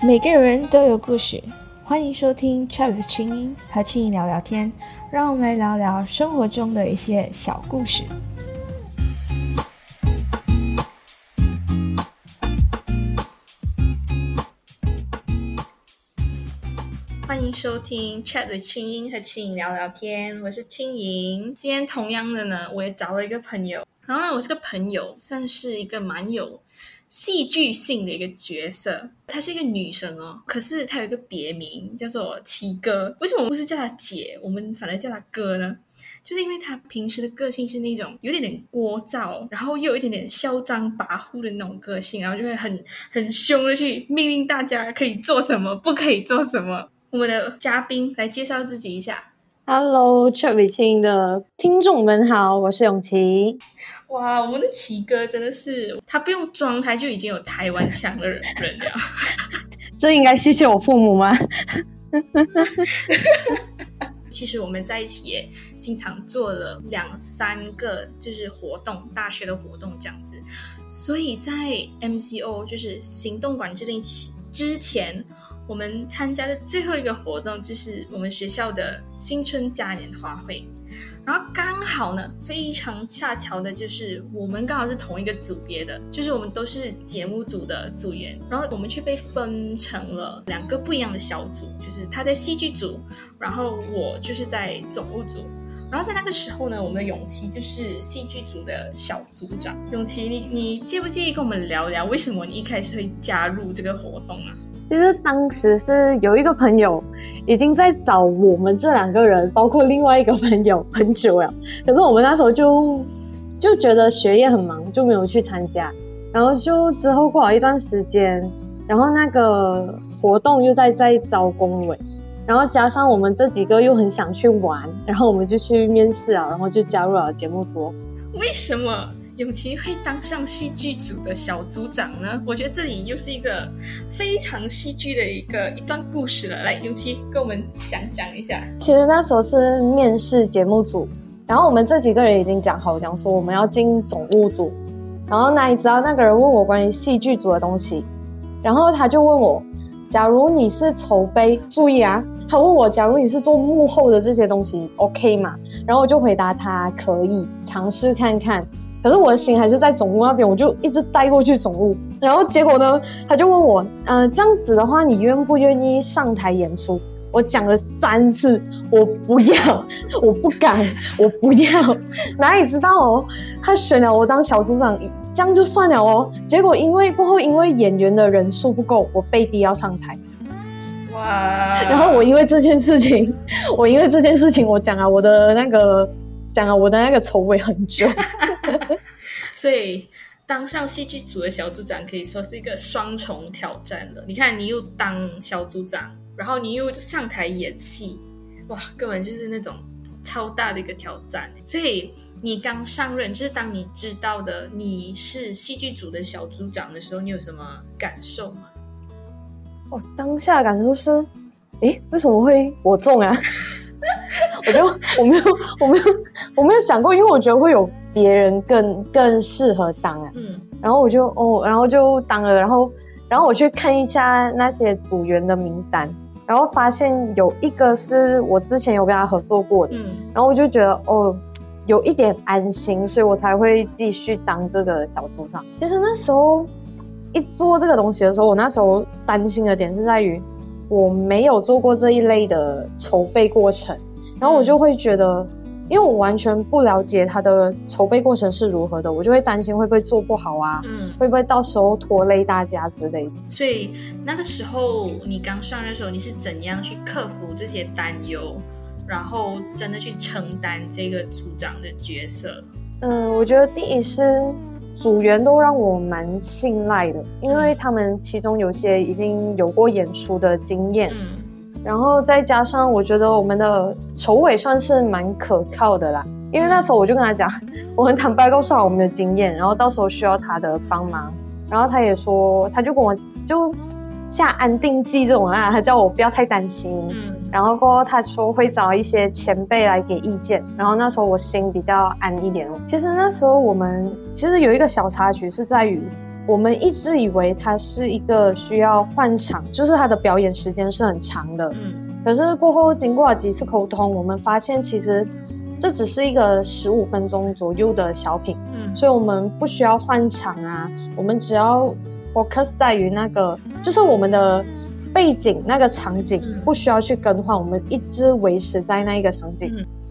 每个人都有故事，欢迎收听 Chat with 青音，和青音聊聊天，让我们来聊聊生活中的一些小故事。欢迎收听 Chat with 青音，和青音聊聊天，我是青音。今天同样的呢，我也找了一个朋友，然后呢，我这个朋友算是一个蛮有戏剧性的一个角色，她是一个女生哦，可是她有一个别名叫做七哥。为什么我们不是叫她姐，我们反而叫她哥呢？就是因为她平时的个性是那种有点点聒噪，然后又有一点点嚣张跋扈的那种个性，然后就会很凶的去命令大家可以做什么，不可以做什么。我们的嘉宾来介绍自己一下。 Hello， Chat with 青音的听众们好，我是永琪。 哇，我们的奇哥真的是，他不用装，他就已经有台湾腔的人了。 这应该谢谢我父母吗？ 其实我们在一起也经常做了2-3个就是活动，大学的活动这样子。所以在 MCO 就是行动管制令之前，我们参加的最后一个活动就是我们学校的新春嘉年华会。然后刚好呢，非常恰巧的就是我们刚好是同一个组别的，就是我们都是节目组的组员，然后我们却被分成了2个不一样的小组，就是他在戏剧组，然后我就是在总务组。然后在那个时候呢，我们的永琪就是戏剧组的小组长。永琪，你介不介意跟我们聊聊为什么你一开始会加入这个活动啊？ 其实当时是有一个朋友已经在找我们这2个人，包括另外一个朋友很久了，可是我们那时候就觉得学业很忙，就没有去参加。然后就之后过了一段时间，然后那个活动又在招工委，然后加上我们这几个又很想去玩，然后我们就去面试了，然后就加入了节目组。 为什么永琪会当上戏剧组的小组长呢？我觉得这里又是一个非常戏剧的一段故事了。来，永琪跟我们讲一下。 其实那时候是面试节目组，然后我们这几个人已经讲说我们要进总务组，然后哪里知道那个人问我关于戏剧组的东西，然后他就问我，假如你是筹备，注意啊，他问我假如你是做幕后的这些东西 OK 吗？然后我就回答他可以尝试看看。可是我的心还是在总务那边，我就一直带过去总务。然后结果呢，他就问我，这样子的话，你愿不愿意上台演出？我讲了3次，我不要，我不敢，我不要。哪里知道哦，他选了我当小组长，这样就算了哦。结果因为演员的人数不够，我被逼要上台。 哇！ 然后我因为这件事情，我讲了我的那个筹备很久。 所以当上戏剧组的小组长可以说是一个双重挑战了。你看，你又当小组长，然后你又上台演戏，哇，根本就是那种超大的一个挑战。所以你刚上任，就是当你知道的你是戏剧组的小组长的时候，你有什么感受吗？ 我当下的感受是，为什么会我中啊？我没有想过，因为我觉得会有别人更适合当啊。然后我就当了，然后我去看一下那些组员的名单，然后发现有一个是我之前有跟他合作过的，然后我就觉得有一点安心，所以我才会继续当这个小组长。其实那时候一做这个东西的时候，我那时候担心的点是在于我没有做过这一类的筹备过程，然后我就会觉得，因为我完全不了解它的筹备过程是如何的，我就会担心会不会做不好啊，会不会到时候拖累大家之类的。 所以那个时候你刚上任的时候，你是怎样去克服这些担忧，然后真的去承担这个组长的角色？ 我觉得第一是组员都让我蛮信赖的，因为他们其中有些已经有过演出的经验，然后再加上我觉得我们的筹委算是蛮可靠的啦，因为那时候我就跟他讲，我很坦白告诉他我们的经验，然后到时候需要他的帮忙，然后他也说，他就跟我就下安定剂这种啊，他叫我不要太担心，然后过后他说会找一些前辈来给意见，然后那时候我心比较安一点。其实那时候我们其实有一个小插曲是在于我们一直以为它是一个需要换场，就是它的表演时间是很长的。可是过后经过了几次沟通，我们发现其实这只是一个15分钟左右的小品，所以我们不需要换场啊，我们只要 focus 在于那个，就是我们的背景那个场景，不需要去更换，我们一直维持在那一个场景。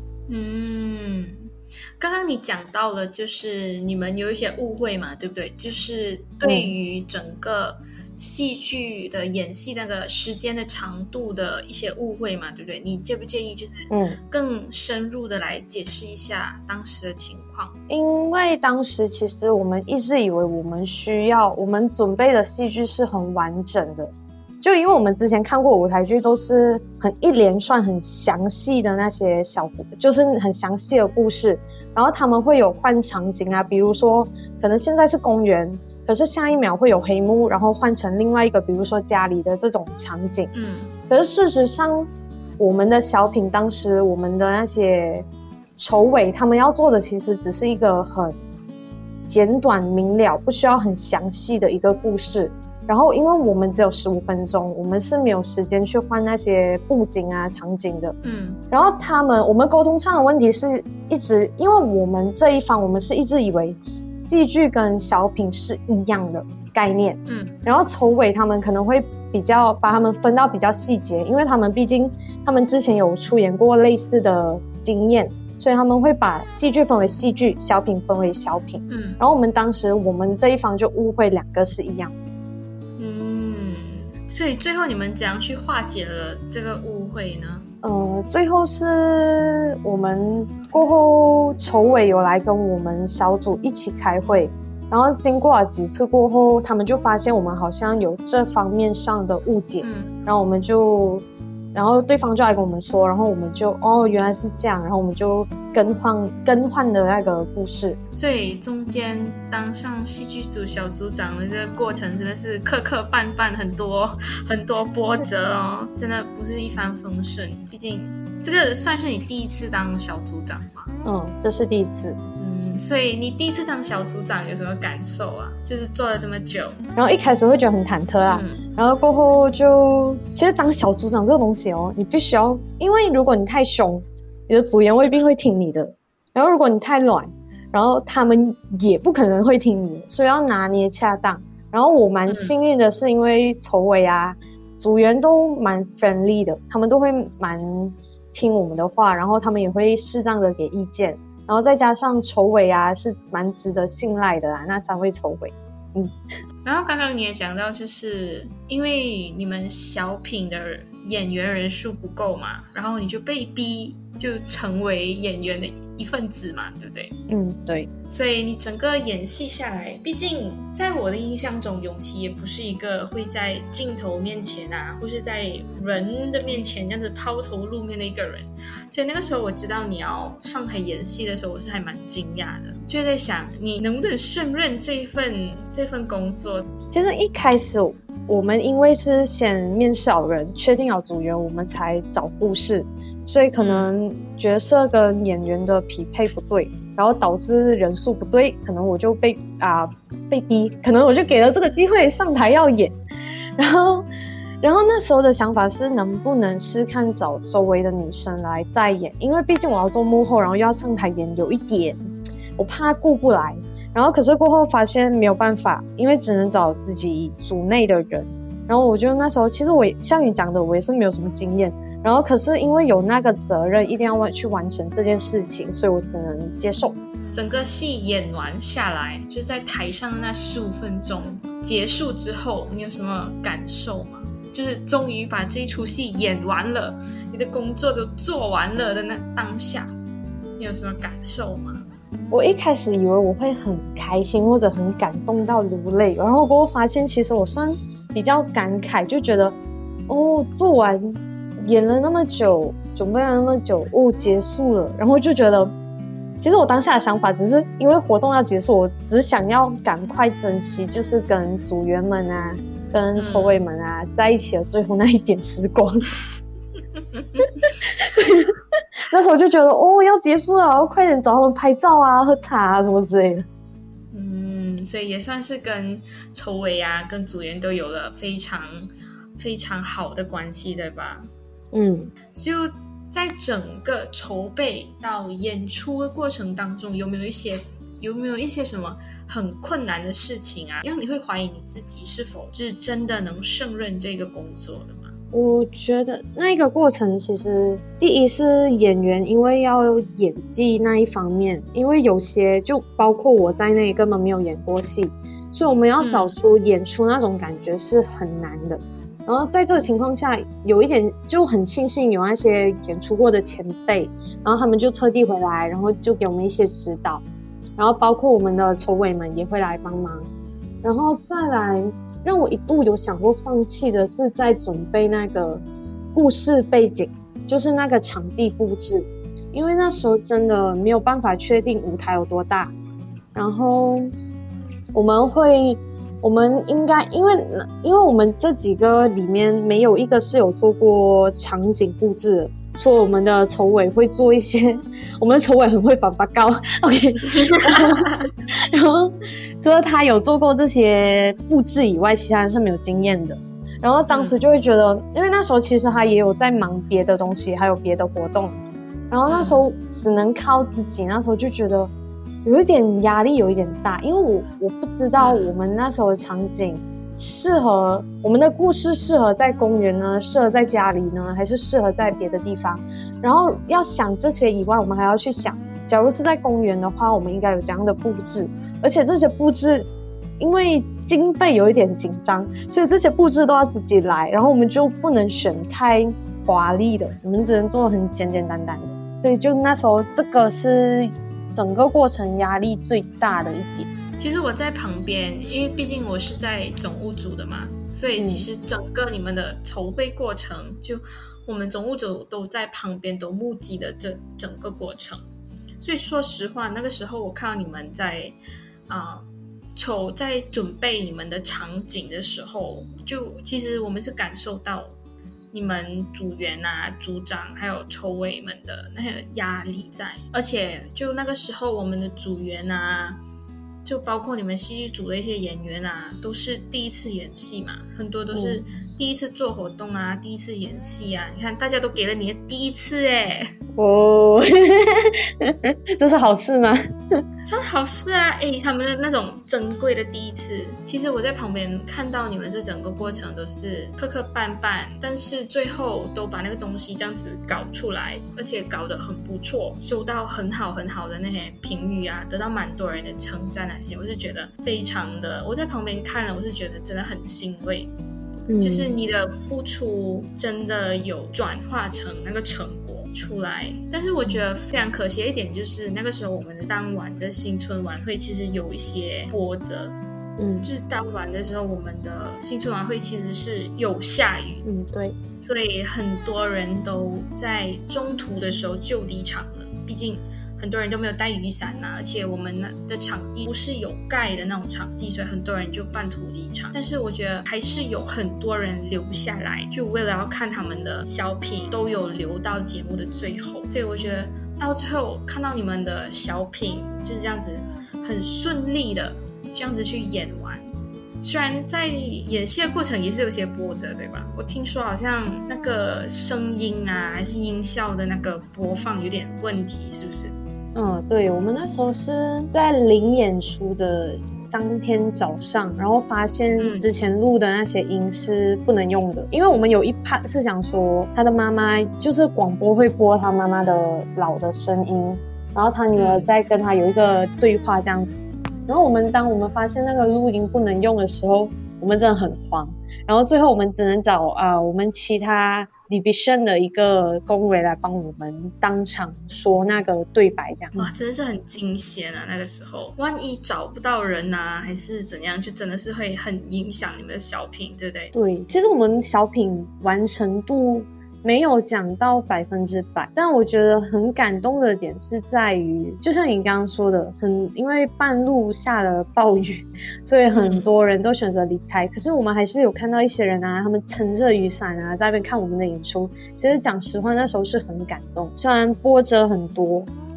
刚刚你讲到了，就是你们有一些误会嘛，对不对？就是对于整个戏剧的演戏那个时间的长度的一些误会嘛，对不对？你介不介意就是更深入的来解释一下当时的情况？ 因为当时其实我们一直以为我们准备的戏剧是很完整的，就因为我们之前看过舞台剧都是很一连串很详细的那些就是很详细的故事，然后他们会有换场景啊，比如说可能现在是公园，可是下一秒会有黑幕，然后换成另外一个比如说家里的这种场景。可是事实上我们的小品当时我们的那些筹尾他们要做的其实只是一个很简短明了不需要很详细的一个故事，然后因为我们只有15分钟，我们是没有时间去换那些布景啊场景的。然后我们沟通上的问题是一直，因为我们这一方我们是一直以为戏剧跟小品是一样的概念，然后筹尾他们可能会把他们分到比较细节，因为毕竟他们之前有出演过类似的经验，所以他们会把戏剧分为戏剧，小品分为小品。然后当时我们这一方就误会两个是一样。 所以最后你们怎样去化解了这个误会呢？ 最后是我们过后筹委有来跟我们小组一起开会，然后经过了几次过后，他们就发现我们好像有这方面上的误解，然后对方就来跟我们说，然后我们就原来是这样，然后我们就更换的那个故事。 所以中间当上戏剧组小组长的这个过程真的是磕磕绊绊，很多波折哦，真的不是一帆风顺。毕竟这个算是你第一次当小组长吗？ 这是第一次。 所以你第一次当小组长有什么感受啊？就是做了这么久， 然后一开始会觉得很忐忑啦，然后过后其实当小组长这个东西你必须要，因为如果你太凶，你的组员未必会听你的，然后如果你太软，然后他们也不可能会听你的，所以要拿捏恰当。然后我蛮幸运的是，因为筹委啊组员都蛮 friendly 的，他们都会蛮听我们的话，然后他们也会适当的给意见，然后再加上筹委啊是蛮值得信赖的啦，那3位筹委。 然后刚刚你也讲到，就是因为你们小品的演员人数不够嘛，然后你就被逼就成为演员的一份子嘛，对不对？ 对。 所以你整个演戏下来，毕竟在我的印象中，永琪也不是一个会在镜头面前啊，或是在人的面前这样子抛头露面的一个人。所以那个时候我知道你要上台演戏的时候，我是还蛮惊讶的，就在想你能不能胜任这份工作。 其实一开始我们因为是先面试好人，确定好组员，我们才找故事，所以可能角色跟演员的匹配不对，然后导致人数不对，可能我就被逼，可能我就给了这个机会上台要演，然后那时候的想法是能不能试看找周围的女生来代言，因为毕竟我要做幕后，然后又要上台演，有一点我怕顾不来。然后可是过后发现没有办法，因为只能找自己组内的人，然后我就那时候其实我像你讲的，我也是没有什么经验，然后可是因为有那个责任一定要去完成这件事情，所以我只能接受。 整个戏演完下来，就在台上的那15分钟结束之后，你有什么感受吗？就是终于把这一出戏演完了，你的工作都做完了的那当下，你有什么感受吗？ 我一开始以为我会很开心或者很感动到流泪，然后过后发现其实我算比较感慨，就觉得做完演了那么久，准备了那么久，结束了，然后就觉得其实我当下的想法只是因为活动要结束，我只想要赶快珍惜就是跟组员们啊跟筹委们啊在一起的最后那一点时光那时候就觉得要结束了，然后快点找他们拍照啊喝茶啊什么之类的。 所以也算是跟筹委啊跟组员都有了非常非常好的关系，对吧？就在整个筹备到演出的过程当中，有没有一些什么很困难的事情啊，让你会怀疑你自己是否就是真的能胜任这个工作的吗？ 我觉得那一个过程，其实第一是演员因为要演技那一方面，因为有些就包括我在内根本没有演过戏，所以我们要找出演出那种感觉是很难的。然后在这个情况下，有一点就很庆幸有那些演出过的前辈，然后他们就特地回来，然后就给我们一些指导，然后包括我们的筹委们也会来帮忙。然后再来让我一度有想过放弃的是在准备那个故事背景，就是那个场地布置，因为那时候真的没有办法确定舞台有多大，然后我们应该因为我们这几个里面没有一个是有做过场景布置的，所以我们的筹委会做一些，我们的筹委很会反拔高 OK 然后除了他有做过这些布置以外，其他人是没有经验的。然后当时就会觉得因为那时候其实他也有在忙别的东西，还有别的活动，然后那时候只能靠自己，那时候就觉得有一点压力，有一点大，因为我不知道我们那时候的场景适合我们的故事适合在公园呢，适合在家里呢，还是适合在别的地方。然后要想这些以外，我们还要去想，假如是在公园的话，我们应该有这样的布置，而且这些布置因为经费有一点紧张，所以这些布置都要自己来，然后我们就不能选太华丽的，我们只能做很简简单单的。所以就那时候这个是整个过程压力最大的一点。 其实我在旁边，因为毕竟我是在总务组的嘛，所以其实整个你们的筹备过程，就我们总务组都在旁边都目击了这整个过程。所以说实话，那个时候我看到你们在在准备你们的场景的时候，就其实我们是感受到你们组员啊、组长还有筹委们的那个压力在，而且就那个时候我们的组员啊，就包括你们戏剧组的一些演员啊，都是第一次演戏嘛，很多都是第一次做活动啊，第一次演戏啊。你看大家都给了你的第一次耶。 这是好事吗？ 算好事啊，他们的那种珍贵的第一次。其实我在旁边看到你们这整个过程都是磕磕绊绊，但是最后都把那个东西这样子搞出来，而且搞得很不错，收到很好很好的那些评语啊，得到蛮多人的称赞那些，我是觉得非常的，我在旁边看了，我是觉得真的很欣慰。就是你的付出真的有转化成那个成果出来。但是我觉得非常可惜的一点就是那个时候我们当晚的新春晚会其实有一些波折。就是当晚的时候我们的新春晚会其实是有下雨。 对， 所以很多人都在中途的时候就离场了，毕竟很多人都没有带雨伞啊，而且我们的场地不是有盖的那种场地，所以很多人就半途离场。但是我觉得还是有很多人留下来，就为了要看他们的小品，都有留到节目的最后。所以我觉得到最后看到你们的小品就是这样子很顺利的这样子去演完，虽然在演戏的过程也是有些波折，对吧？我听说好像那个声音啊还是音效的那个播放有点问题，是不是？ 对，我们那时候是在临演出的当天早上，然后发现之前录的那些音是不能用的，因为我们有一 part 是想说他的妈妈就是广播会播他妈妈的老的声音，然后他女儿在跟他有一个对话这样子。然后当我们发现那个录音不能用的时候，我们真的很慌，然后最后我们只能找我们其他 division 的一个工委来帮我们当场说那个对白这样。 哇，真的是很惊险啊，那个时候万一找不到人啊还是怎样，就真的是会很影响你们的小品，对不对？ 对，其实我们小品完成度没有讲到100%，但我觉得很感动的点是在于，就像你刚刚说的，因为半路下了暴雨，所以很多人都选择离开。可是我们还是有看到一些人啊，他们撑着雨伞啊，在那边看我们的演出。其实讲实话，那时候是很感动，虽然波折很多，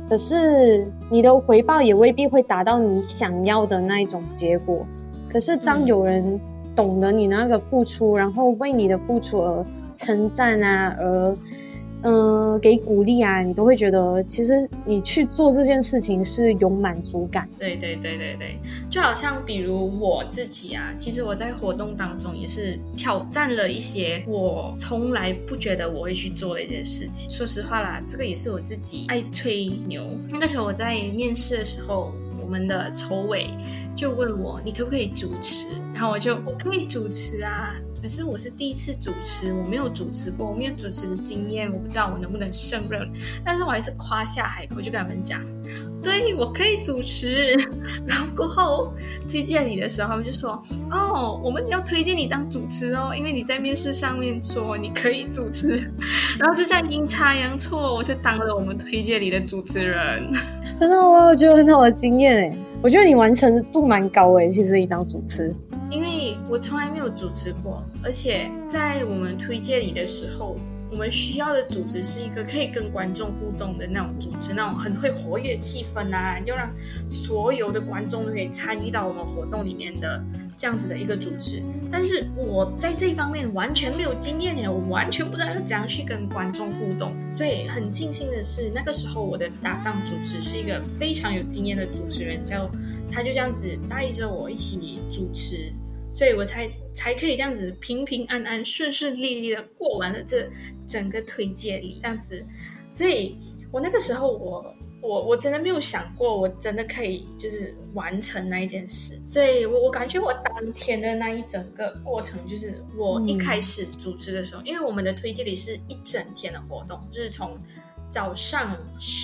可是你的回报也未必会达到你想要的那一种结果。可是当有人懂得你那个付出，然后为你的付出而称赞啊，而给鼓励啊，你都会觉得其实你去做这件事情是有满足感。 对，就好像比如我自己啊，其实我在活动当中也是挑战了一些我从来不觉得我会去做的一件事情。说实话啦，这个也是我自己爱吹牛。那个时候我在面试的时候，我们的筹委就问我你可不可以主持，然后我可以主持啊，只是我是第一次主持，我没有主持过，我没有主持的经验，我不知道我能不能胜任，但是我还是夸下海口，就跟他们讲对，我可以主持。然后过后推荐你的时候，他们就说哦，我们要推荐你当主持哦，因为你在面试上面说你可以主持。然后就这样阴差阳错，我就当了我们推荐你的主持人。 很好啊，我觉得很好的经验诶。我觉得你完成度蛮高诶，其实你当主持， 因为我从来没有主持过，而且在我们推荐你的时候，我们需要的主持是一个可以跟观众互动的那种主持，那种很会活跃气氛啊，要让所有的观众都可以参与到我们活动里面的这样子的一个主持。但是我在这一方面完全没有经验耶，我完全不知道要怎样去跟观众互动。所以很庆幸的是，那个时候我的搭档主持是一个非常有经验的主持人，他就这样子带着我一起主持，所以我才可以这样子平平安安顺顺利利的过完了这整个推介礼这样子。所以我那个时候我真的没有想过我真的可以就是完成那一件事，所以我感觉我当天的那一整个过程，就是我一开始主持的时候，因为我们的推介礼是一整天的活动，就是从早上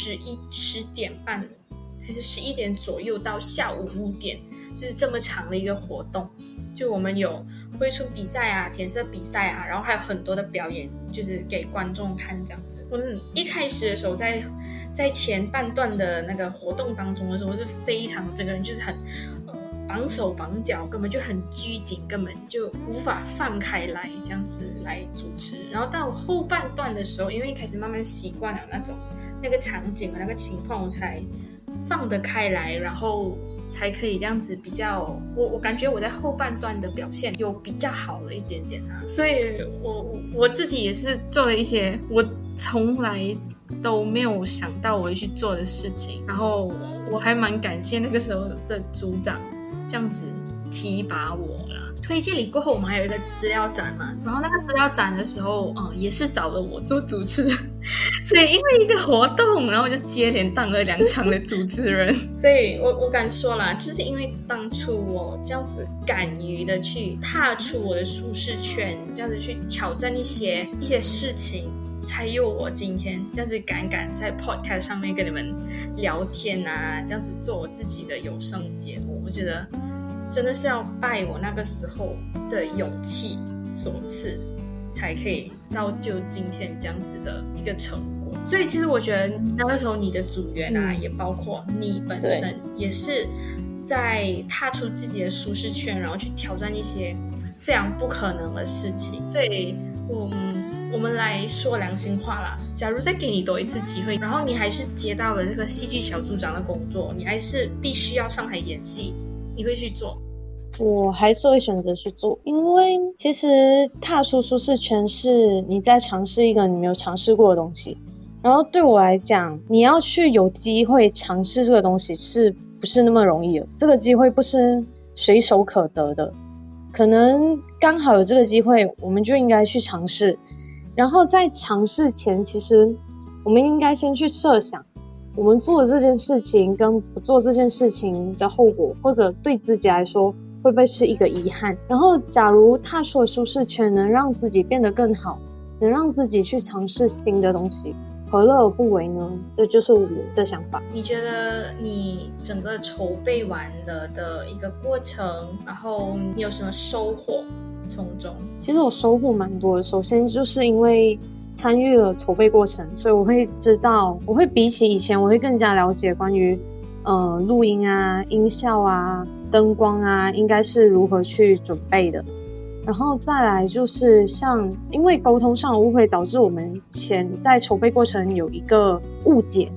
10点半还是11点左右到下午5点，就是这么长的一个活动。就我们有绘出比赛啊，填色比赛啊，然后还有很多的表演，就是给观众看这样子。我一开始的时候在前半段的那个活动当中的时候，我是非常这个人就是很绑手绑脚，根本就很拘谨，根本就无法放开来这样子来主持。然后到后半段的时候，因为一开始慢慢习惯了那个场景和那个情况，我才放得开来，然后才可以这样子比较，我感觉我在后半段的表现有比较好了一点点啊，所以我自己也是做了一些我从来都没有想到我会去做的事情，然后我还蛮感谢那个时候的组长这样子提拔我啦。推荐礼过后，我们还有一个资料展嘛，然后那个资料展的时候，也是找了我做主持，所以因为一个活动，然后我就接连当了2场的主持人。所以我敢说啦，就是因为当初我这样子敢于的去踏出我的舒适圈，这样子去挑战一些事情，才有我今天这样子敢在 podcast 上面跟你们聊天啊，这样子做我自己的有声节目。我觉得真的是要拜我那个时候的勇气所赐，才可以造就今天这样子的一个成果。所以其实我觉得那个时候你的组员啊，也包括你本身，也是在踏出自己的舒适圈，然后去挑战一些非常不可能的事情。所以我们来说良心话啦，假如再给你多一次机会，然后你还是接到了这个戏剧小组长的工作，你还是必须要上台演戏，你会去做？ 我还是会选择去做，因为其实踏出舒适圈是你在尝试一个你没有尝试过的东西，然后对我来讲，你要去有机会尝试这个东西是不是那么容易的？这个机会不是随手可得的，可能刚好有这个机会，我们就应该去尝试。然后在尝试前，其实我们应该先去设想我们做这件事情跟不做这件事情的后果，或者对自己来说会不会是一个遗憾。然后假如踏出舒适圈能让自己变得更好，能让自己去尝试新的东西，何乐而不为呢？这就是我的想法。 你觉得你整个筹备完了的一个过程，然后你有什么收获从中？ 其实我收获蛮多的。首先就是因为参与了筹备过程，所以我会知道，我会比起以前，我会更加了解关于录音啊、音效啊、灯光啊，应该是如何去准备的。然后再来就是像，因为沟通上的误会导致我们在筹备过程有一个误解，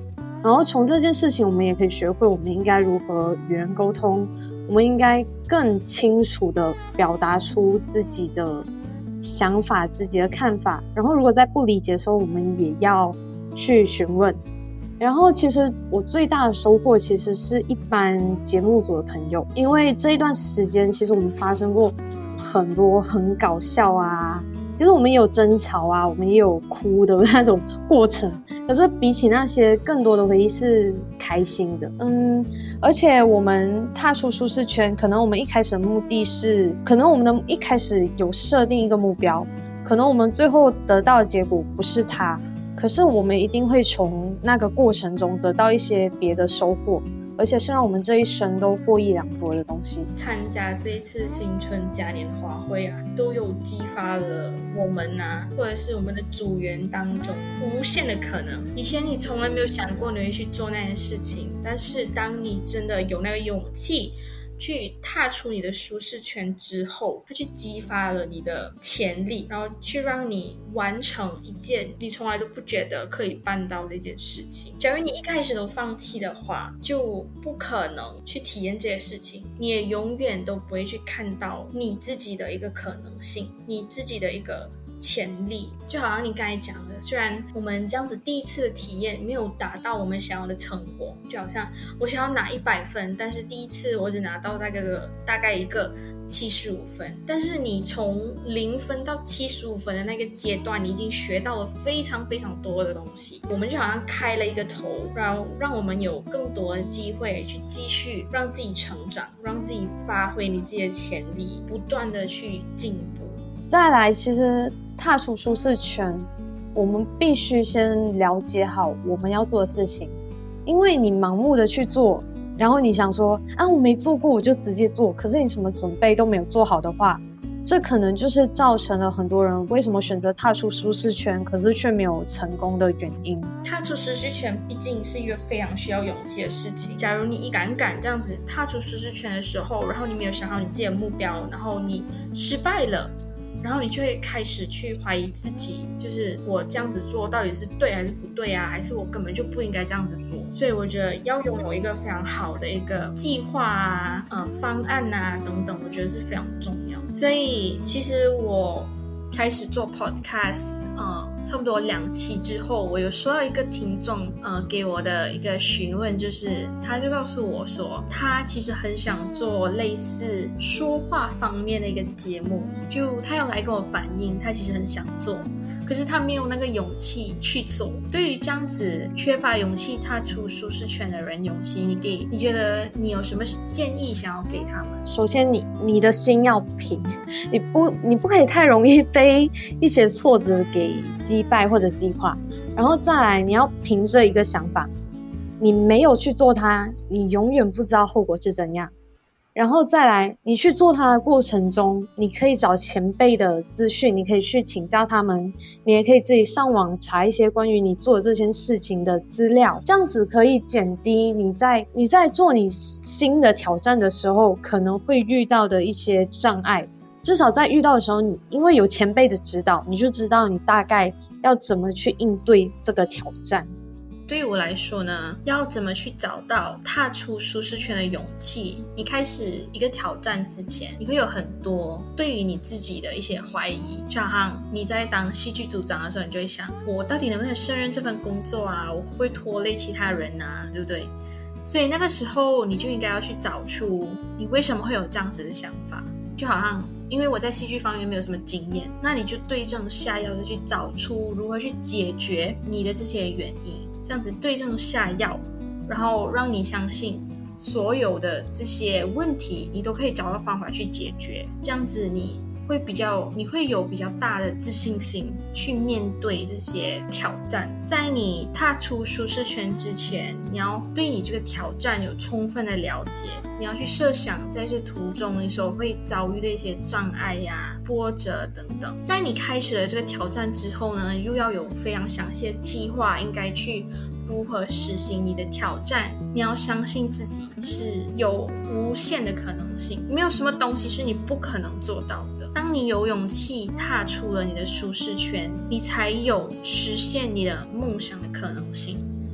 然后从这件事情我们也可以学会我们应该如何与人沟通，我们应该更清楚地表达出自己的想法、自己的看法，然后如果在不理解的时候我们也要去询问。然后其实我最大的收获其实是一般节目组的朋友，因为这一段时间其实我们发生过很多很搞笑啊，其实我们也有争吵啊，我们也有哭的那种过程，可是比起那些更多的回忆是开心的。而且我们踏出舒适圈，可能我们一开始的目的是，可能我们的一开始有设定一个目标，可能我们最后得到的结果不是它，可是我们一定会从那个过程中得到一些别的收获，而且是让我们这一生都获益良多的东西。 参加这一次新春嘉年华会啊，都有激发了我们啊，或者是我们的组员当中无限的可能。以前你从来没有想过你会去做那件事情，但是当你真的有那个勇气去踏出你的舒适圈之后，它去激发了你的潜力，然后去让你完成一件你从来都不觉得可以办到的一件事情。假如你一开始都放弃的话，就不可能去体验这些事情，你也永远都不会去看到你自己的一个可能性，你自己的一个潜力。就好像你刚才讲的，虽然我们这样子第一次的体验没有达到我们想要的成果，就好像我想要拿100分，但是第一次我只拿到大概一个75分，但是你从0分到75分的那个阶段，你已经学到了非常非常多的东西。我们就好像开了一个头，然后让我们有更多的机会去继续让自己成长，让自己发挥你自己的潜力，不断的去进步。 再来，其实踏出舒适圈，我们必须先了解好我们要做的事情，因为你盲目的去做，然后你想说啊，我没做过我就直接做，可是你什么准备都没有做好的话，这可能就是造成了很多人为什么选择踏出舒适圈可是却没有成功的原因。 踏出舒适圈毕竟是一个非常需要勇气的事情，假如你一敢这样子踏出舒适圈的时候，然后你没有想好你自己的目标，然后你失败了，然后你就会开始去怀疑自己，就是我这样子做到底是对还是不对啊，还是我根本就不应该这样子做。所以我觉得要拥有一个非常好的一个计划啊、方案啊等等，我觉得是非常重要。所以其实我开始做 podcast 差不多2期之后，我有收到一个听众给我的一个询问，就是他就告诉我说他其实很想做类似说话方面的一个节目，就他要来跟我反映他其实很想做，可是他没有那个勇气去做。对于这样子缺乏勇气踏出舒适圈的人，勇气你觉得你有什么建议想要给他们？ 首先你的心要平，你不可以太容易被一些挫折给击败或者击垮，然后再来你要凭着一个想法，你没有去做它，你永远不知道后果是怎样。然后再来，你去做它的过程中，你可以找前辈的资讯，你可以去请教他们，你也可以自己上网查一些关于你做这件事情的资料，这样子可以减低你在做你新的挑战的时候可能会遇到的一些障碍。至少在遇到的时候，你因为有前辈的指导，你就知道你大概要怎么去应对这个挑战。 对于我来说呢，要怎么去找到踏出舒适圈的勇气？你开始一个挑战之前，你会有很多对于你自己的一些怀疑，就好像你在当戏剧组长的时候，你就会想，我到底能不能胜任这份工作啊？我会不会拖累其他人啊？对不对？所以那个时候你就应该要去找出你为什么会有这样子的想法。就好像因为我在戏剧方面没有什么经验，那你就对症下药的去找出如何去解决你的这些原因，这样子对症下药，然后让你相信所有的这些问题你都可以找到方法去解决，这样子你会有比较大的自信心去面对这些挑战。在你踏出舒适圈之前，你要对你这个挑战有充分的了解，你要去设想在这途中你所会遭遇的一些障碍呀、波折等等。在你开始了这个挑战之后呢，又要有非常详细的计划，应该去如何实行你的挑战。你要相信自己是有无限的可能性，没有什么东西是你不可能做到的。当你有勇气踏出了你的舒适圈，你才有实现你的梦想的可能性。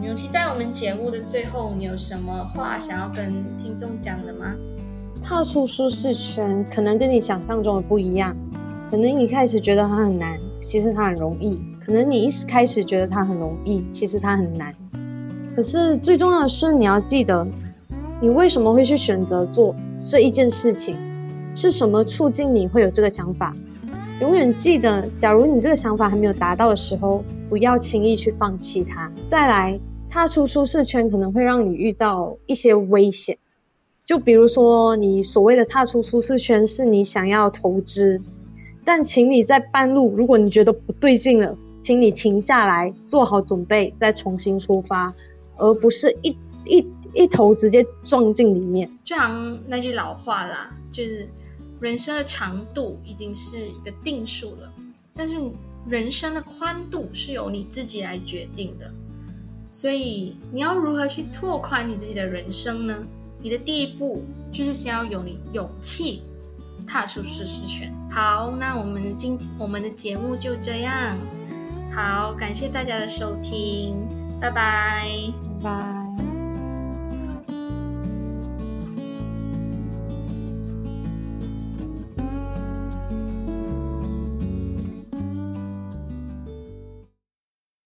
勇气，在我们节目的最后，你有什么话想要跟听众讲的吗？ 踏出舒适圈可能跟你想象中的不一样，可能你一开始觉得它很难，其实它很容易，可能你一开始觉得它很容易，其实它很难。可是最重要的是，你要记得你为什么会去选择做这一件事情，是什么促进你会有这个想法。永远记得，假如你这个想法还没有达到的时候，不要轻易去放弃它。再来，踏出舒适圈可能会让你遇到一些危险，就比如说你所谓的踏出舒适圈是你想要投资，但请你在半路，如果你觉得不对劲了，请你停下来，做好准备，再重新出发，而不是一头直接撞进里面。 就好像那句老话啦，就是人生的长度已经是一个定数了，但是人生的宽度是由你自己来决定的。所以你要如何去拓宽你自己的人生呢？你的第一步就是先要有你勇气踏出舒适圈。好，那我们的节目就这样。好，感谢大家的收听，拜拜。 拜拜。